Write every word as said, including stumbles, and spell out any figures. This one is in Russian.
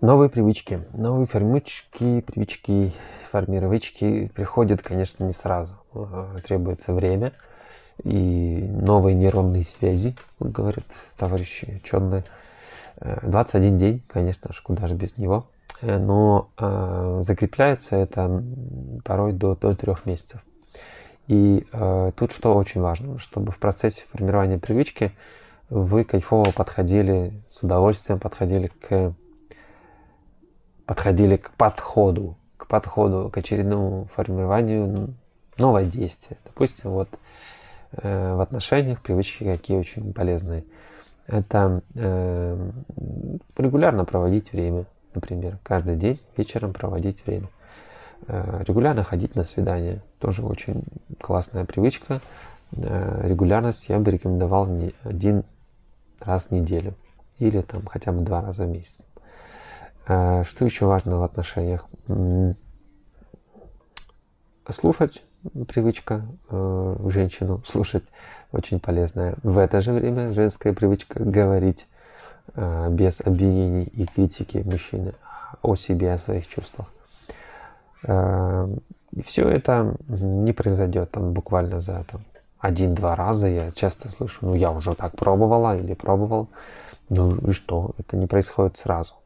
Новые привычки. Новые формички, привычки, формировочки приходят, конечно, не сразу. Требуется время и новые нейронные связи, как говорят товарищи ученые. двадцать один день, конечно же, куда же без него. Но э, закрепляется это порой до, до трех месяцев. И э, тут что очень важно, чтобы в процессе формирования привычки вы кайфово подходили, с удовольствием подходили к подходили к подходу, к подходу, к очередному формированию нового действия. Допустим, вот э, в отношениях привычки какие очень полезные. Это э, регулярно проводить время, например, каждый день вечером проводить время. Э, регулярно ходить на свидания, тоже очень классная привычка. Э, регулярность я бы рекомендовал не один раз в неделю или там хотя бы два раза в месяц. Что еще важно в отношениях? Слушать, привычка, женщину слушать очень полезная. В это же время женская привычка говорить без обвинений и критики мужчины о себе, о своих чувствах. И все это не произойдет там буквально за там, один-два раза. Я часто слышу, ну я уже так пробовала или пробовал. Ну и что? Это не происходит сразу.